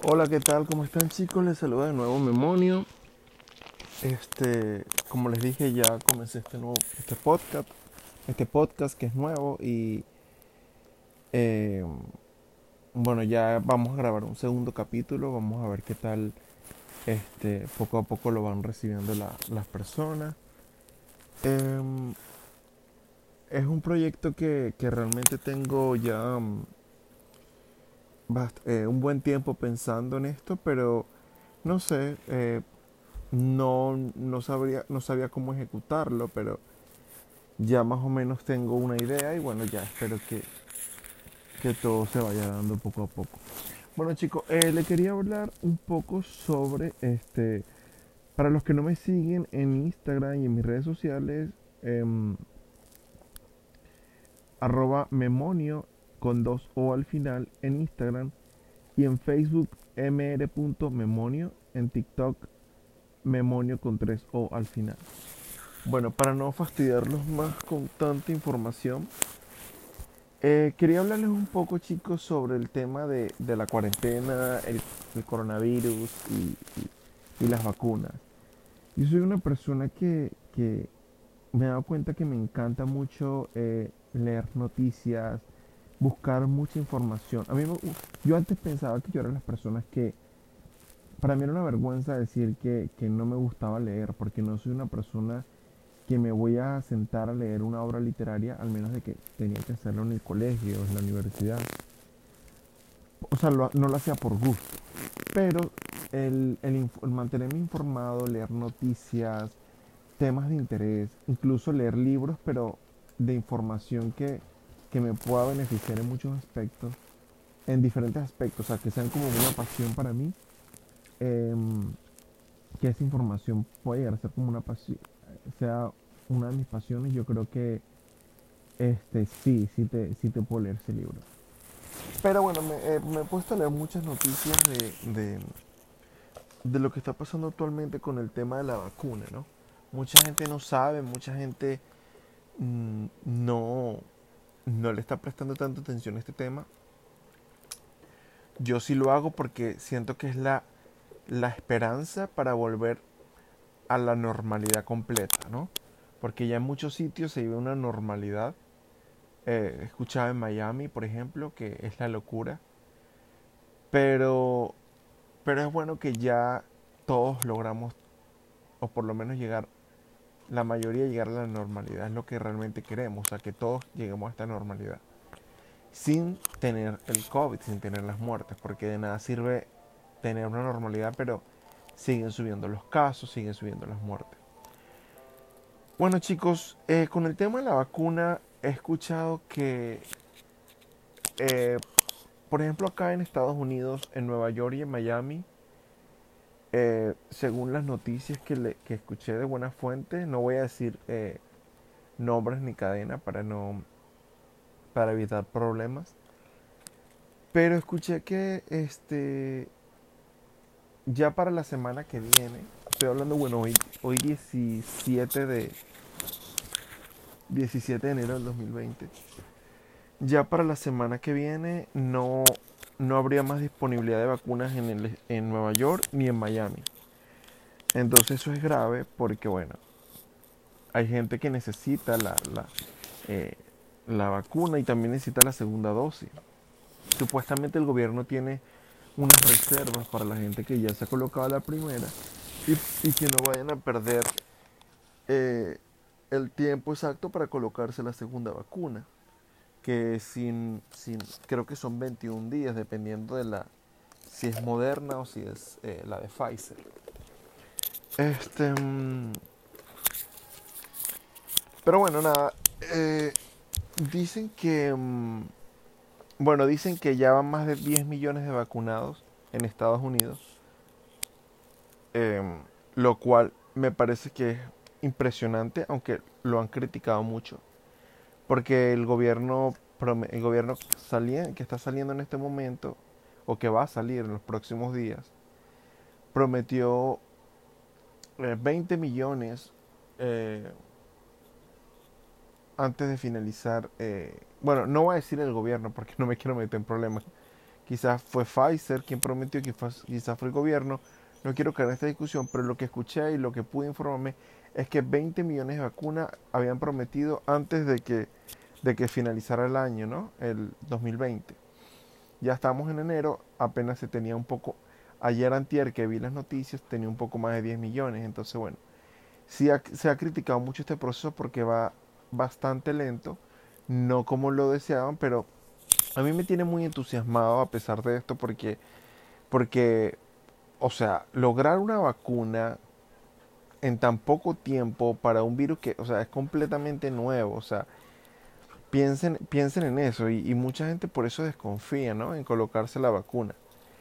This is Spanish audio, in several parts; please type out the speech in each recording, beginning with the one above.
Hola, ¿qué tal? ¿Cómo están, chicos? Les saluda de nuevo Memonio. Como les dije, ya comencé este podcast que es nuevo y eh, bueno, ya vamos a grabar un segundo capítulo. Vamos a ver qué tal, poco a poco lo van recibiendo las personas. Em, es un proyecto que realmente tengo ya un buen tiempo pensando en esto, pero no sé, no sabía cómo ejecutarlo, pero ya más o menos tengo una idea y bueno, ya espero que todo se vaya dando poco a poco. Bueno, chicos, le quería hablar un poco sobre para los que no me siguen en Instagram y en mis redes sociales, em, @memonio con dos O al final en Instagram y en Facebook mr.memonio, en TikTok memonio con tres O al final. Bueno, para no fastidiarlos más con tanta información, quería hablarles un poco, chicos, sobre el tema de la cuarentena, el coronavirus y las vacunas. Yo soy una persona que me he dado cuenta que me encanta mucho leer noticias, buscar mucha información. Yo antes pensaba que yo era de las personas que, para mí era una vergüenza decir que no me gustaba leer, porque no soy una persona que me voy a sentar a leer una obra literaria, al menos de que tenía que hacerlo en el colegio, en la universidad. O sea, no lo hacía por gusto. Pero el mantenerme informado, leer noticias, temas de interés, incluso leer libros, pero de información que me pueda beneficiar en muchos aspectos, en diferentes aspectos, o sea, que sean como una pasión para mí, em, que esa información pueda llegar a ser como una pasión, sea una de mis pasiones. Yo creo que sí te puedo leer ese libro. Pero bueno, me he puesto a leer muchas noticias de lo que está pasando actualmente con el tema de la vacuna, ¿no? Mucha gente no sabe, mucha gente no le está prestando tanta atención a este tema. Yo sí lo hago porque siento que es la esperanza para volver a la normalidad completa, ¿no? Porque ya en muchos sitios se vive una normalidad. He escuchado en Miami, por ejemplo, que es la locura. Pero, pero es bueno que ya todos logramos, o por lo menos la mayoría llegar a la normalidad. Es lo que realmente queremos, o sea, que todos lleguemos a esta normalidad. Sin tener el COVID, sin tener las muertes, porque de nada sirve tener una normalidad, pero siguen subiendo los casos, siguen subiendo las muertes. Bueno, chicos, con el tema de la vacuna, he escuchado que, eh, por ejemplo, acá en Estados Unidos, en Nueva York y en Miami, según las noticias que escuché de buena fuente, no voy a decir nombres ni cadena para evitar problemas, pero escuché que ya para la semana que viene, estoy hablando, bueno, hoy 17 de enero del 2020, ya para la semana que viene no habría más disponibilidad de vacunas en Nueva York ni en Miami. Entonces eso es grave porque, bueno, hay gente que necesita eh, la vacuna y también necesita la segunda dosis. Supuestamente el gobierno tiene unas reservas para la gente que ya se ha colocado la primera y que no vayan a perder eh, el tiempo exacto para colocarse la segunda vacuna, que creo que son 21 días dependiendo si es Moderna o si es la de Pfizer. Este, mm, pero bueno, nada, eh, dicen dicen que ya van más de 10 millones de vacunados en Estados Unidos, em, lo cual me parece que es impresionante, aunque lo han criticado mucho, porque el gobierno que está saliendo en este momento, o que va a salir en los próximos días, prometió 20 millones eh, antes de finalizar. Bueno, no voy a decir el gobierno porque no me quiero meter en problemas. quizás fue Pfizer quien prometió, quizás fue el gobierno. No quiero caer en esta discusión, pero lo que escuché y lo que pude informarme es que 20 millones de vacunas habían prometido antes de que finalizara el año, ¿no? El 2020. Ya estamos en enero, apenas se tenía un poco, ayer antier que vi las noticias, tenía un poco más de 10 millones. Entonces, bueno, sí se ha criticado mucho este proceso porque va bastante lento, no como lo deseaban, pero a mí me tiene muy entusiasmado a pesar de esto porque, o sea, lograr una vacuna en tan poco tiempo para un virus que, o sea, es completamente nuevo, o sea, piensen en eso y mucha gente por eso desconfía, ¿no? En colocarse la vacuna.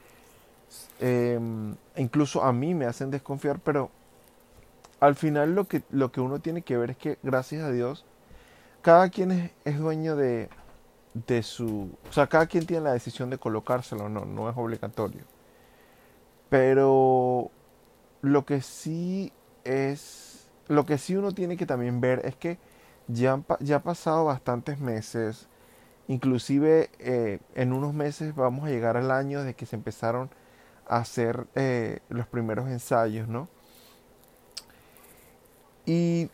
Incluso a mí me hacen desconfiar, pero al final lo que uno tiene que ver es que, gracias a Dios, cada quien es dueño de su... O sea, cada quien tiene la decisión de colocárselo, no es obligatorio. Pero lo que sí lo que sí uno tiene que también ver es que ya ha pasado bastantes meses, inclusive en unos meses vamos a llegar al año de que se empezaron a hacer los primeros ensayos, ¿no? Y,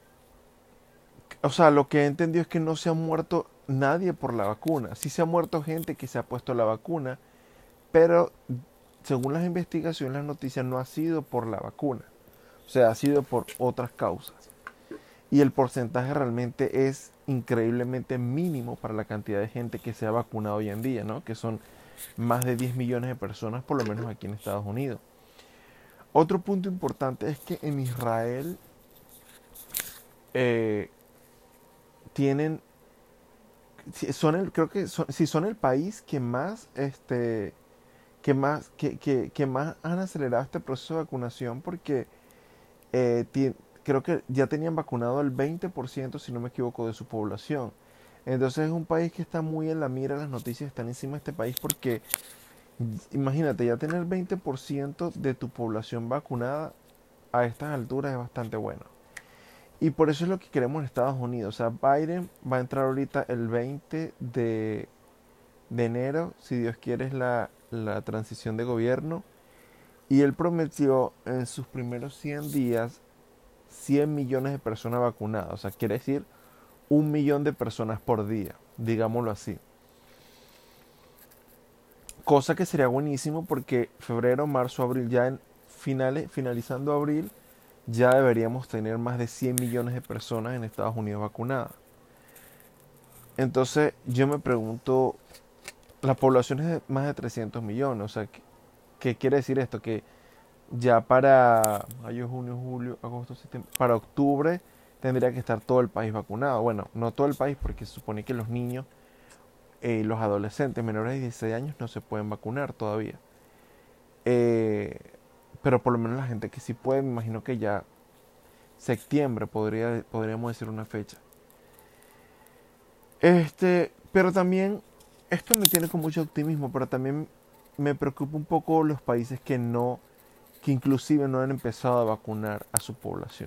o sea, lo que he entendido es que no se ha muerto nadie por la vacuna. Sí se ha muerto gente que se ha puesto la vacuna, pero según las investigaciones, las noticias no ha sido por la vacuna. O sea, ha sido por otras causas. Y el porcentaje realmente es increíblemente mínimo para la cantidad de gente que se ha vacunado hoy en día, ¿no? Que son más de 10 millones de personas, por lo menos aquí en Estados Unidos. Otro punto importante es que en Israel eh, tienen, creo que son el país que más, que más han acelerado este proceso de vacunación porque eh, ti- creo que ya tenían vacunado el 20%, si no me equivoco, de su población. Entonces es un país que está muy en la mira, las noticias están encima de este país porque imagínate, ya tener el 20% de tu población vacunada a estas alturas es bastante bueno. Y por eso es lo que queremos en Estados Unidos. O sea, Biden va a entrar ahorita el 20 de enero, si Dios quiere, es la transición de gobierno. Y él prometió en sus primeros 100 días 100 millones de personas vacunadas. O sea, quiere decir 1 millón de personas por día, digámoslo así. Cosa que sería buenísimo porque febrero, marzo, abril, ya en finalizando abril, ya deberíamos tener más de 100 millones de personas en Estados Unidos vacunadas. Entonces yo me pregunto, la población es de más de 300 millones, o sea, ¿qué quiere decir esto? Que ya para mayo, junio, julio, agosto, septiembre, para octubre tendría que estar todo el país vacunado. Bueno, no todo el país porque se supone que los niños y los adolescentes menores de 16 años no se pueden vacunar todavía. Eh, pero por lo menos la gente que sí puede, me imagino que ya septiembre podríamos decir una fecha. Pero también, esto me tiene con mucho optimismo, pero también me preocupa un poco los países que inclusive no han empezado a vacunar a su población.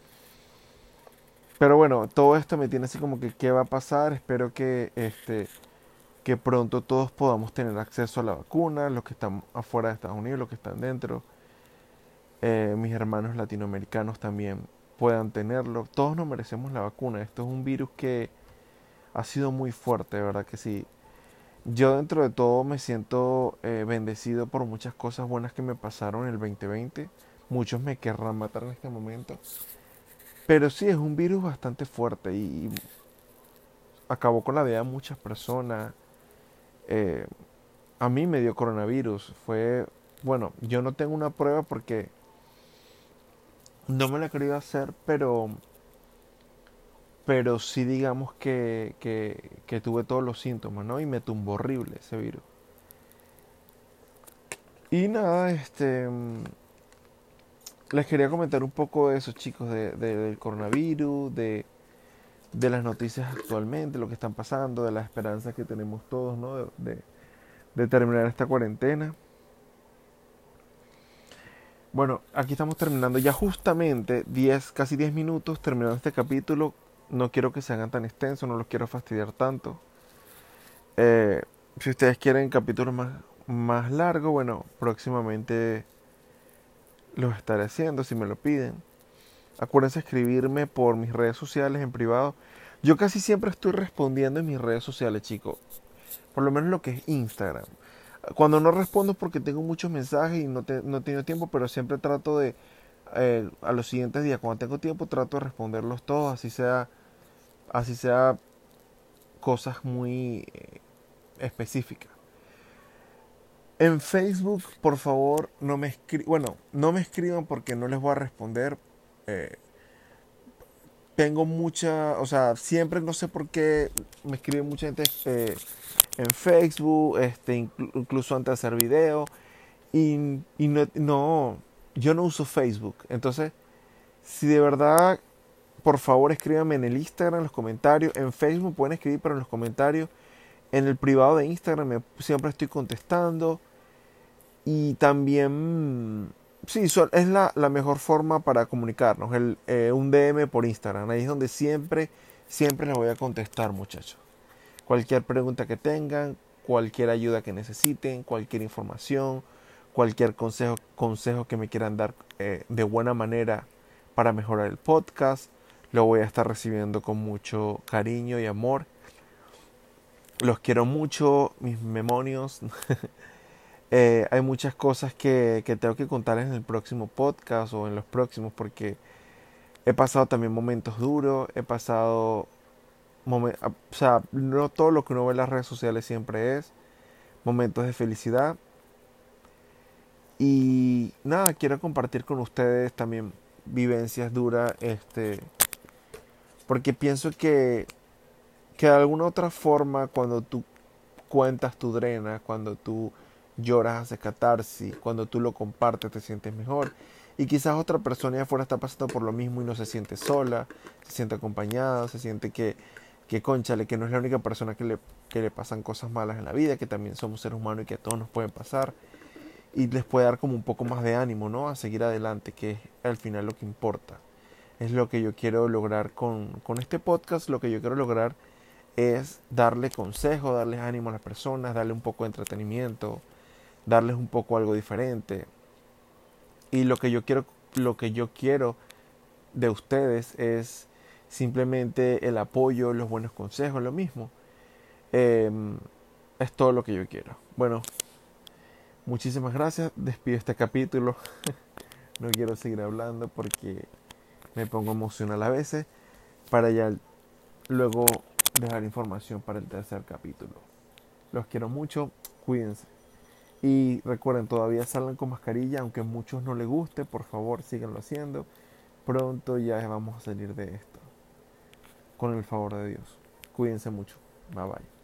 Pero bueno, todo esto me tiene así como que qué va a pasar. Espero que pronto todos podamos tener acceso a la vacuna, los que están afuera de Estados Unidos, los que están dentro, mis hermanos latinoamericanos también puedan tenerlo. Todos nos merecemos la vacuna. Esto es un virus que ha sido muy fuerte, de verdad que sí. Yo dentro de todo me siento bendecido por muchas cosas buenas que me pasaron en el 2020. Muchos me querrán matar en este momento. Pero sí, es un virus bastante fuerte y acabó con la vida de muchas personas. Eh, a mí me dio coronavirus. Bueno, yo no tengo una prueba porque no me la he querido hacer, pero sí digamos que tuve todos los síntomas, ¿no? Y me tumbó horrible ese virus. Y nada, les quería comentar un poco de eso, chicos, del coronavirus, de las noticias actualmente, lo que están pasando, de las esperanzas que tenemos todos, ¿no? De terminar esta cuarentena. Bueno, aquí estamos terminando ya justamente casi 10 minutos terminando este capítulo. No quiero que se hagan tan extensos, no los quiero fastidiar tanto. Eh, Si ustedes quieren capítulos más largos, bueno, próximamente los estaré haciendo si me lo piden. Acuérdense escribirme por mis redes sociales en privado. Yo casi siempre estoy respondiendo en mis redes sociales, chicos. Por lo menos lo que es Instagram. Cuando no respondo es porque tengo muchos mensajes y no he tenido tiempo, pero siempre trato de, a los siguientes días, cuando tengo tiempo, trato de responderlos todos, así sea cosas muy específicas. En Facebook, por favor, no me escriban, bueno, no me escriban porque no les voy a responder. Eh, Tengo mucha, o sea, siempre no sé por qué me escribe mucha gente en Facebook, incluso antes de hacer video, y yo no uso Facebook. Entonces, si de verdad, por favor escríbanme en el Instagram, en los comentarios, en Facebook pueden escribir, pero en los comentarios, en el privado de Instagram siempre estoy contestando. Y también, sí, es la mejor forma para comunicarnos, un DM por Instagram. Ahí es donde siempre les voy a contestar, muchachos. Cualquier pregunta que tengan, cualquier ayuda que necesiten, cualquier información, cualquier consejo que me quieran dar de buena manera para mejorar el podcast, lo voy a estar recibiendo con mucho cariño y amor. Los quiero mucho, mis memonios. Hay muchas cosas que tengo que contar en el próximo podcast o en los próximos porque he pasado también momentos duros, he pasado o sea, no todo lo que uno ve en las redes sociales siempre es momentos de felicidad. Y nada, quiero compartir con ustedes también vivencias duras, porque pienso que de alguna otra forma cuando tú cuentas tu drena, cuando tú lloras, haces catarsis, cuando tú lo compartes te sientes mejor. Y quizás otra persona de afuera está pasando por lo mismo y no se siente sola, se siente acompañada, se siente que cónchale, que no es la única persona que le pasan cosas malas en la vida, que también somos seres humanos y que a todos nos pueden pasar. Y les puede dar como un poco más de ánimo, ¿no? A seguir adelante, que es al final lo que importa. Es lo que yo quiero lograr con este podcast, lo que yo quiero lograr es darle consejo, darles ánimo a las personas, darle un poco de entretenimiento, darles un poco algo diferente. Y lo que yo quiero de ustedes es simplemente el apoyo, los buenos consejos, lo mismo. Eh, es todo lo que yo quiero. Bueno, muchísimas gracias. Despido este capítulo. No quiero seguir hablando porque me pongo emocional a veces para ya luego dejar información para el tercer capítulo. Los quiero mucho. Cuídense. Y recuerden, todavía salgan con mascarilla, aunque a muchos no les guste, por favor síganlo haciendo. Pronto ya vamos a salir de esto, con el favor de Dios. Cuídense mucho. Bye bye.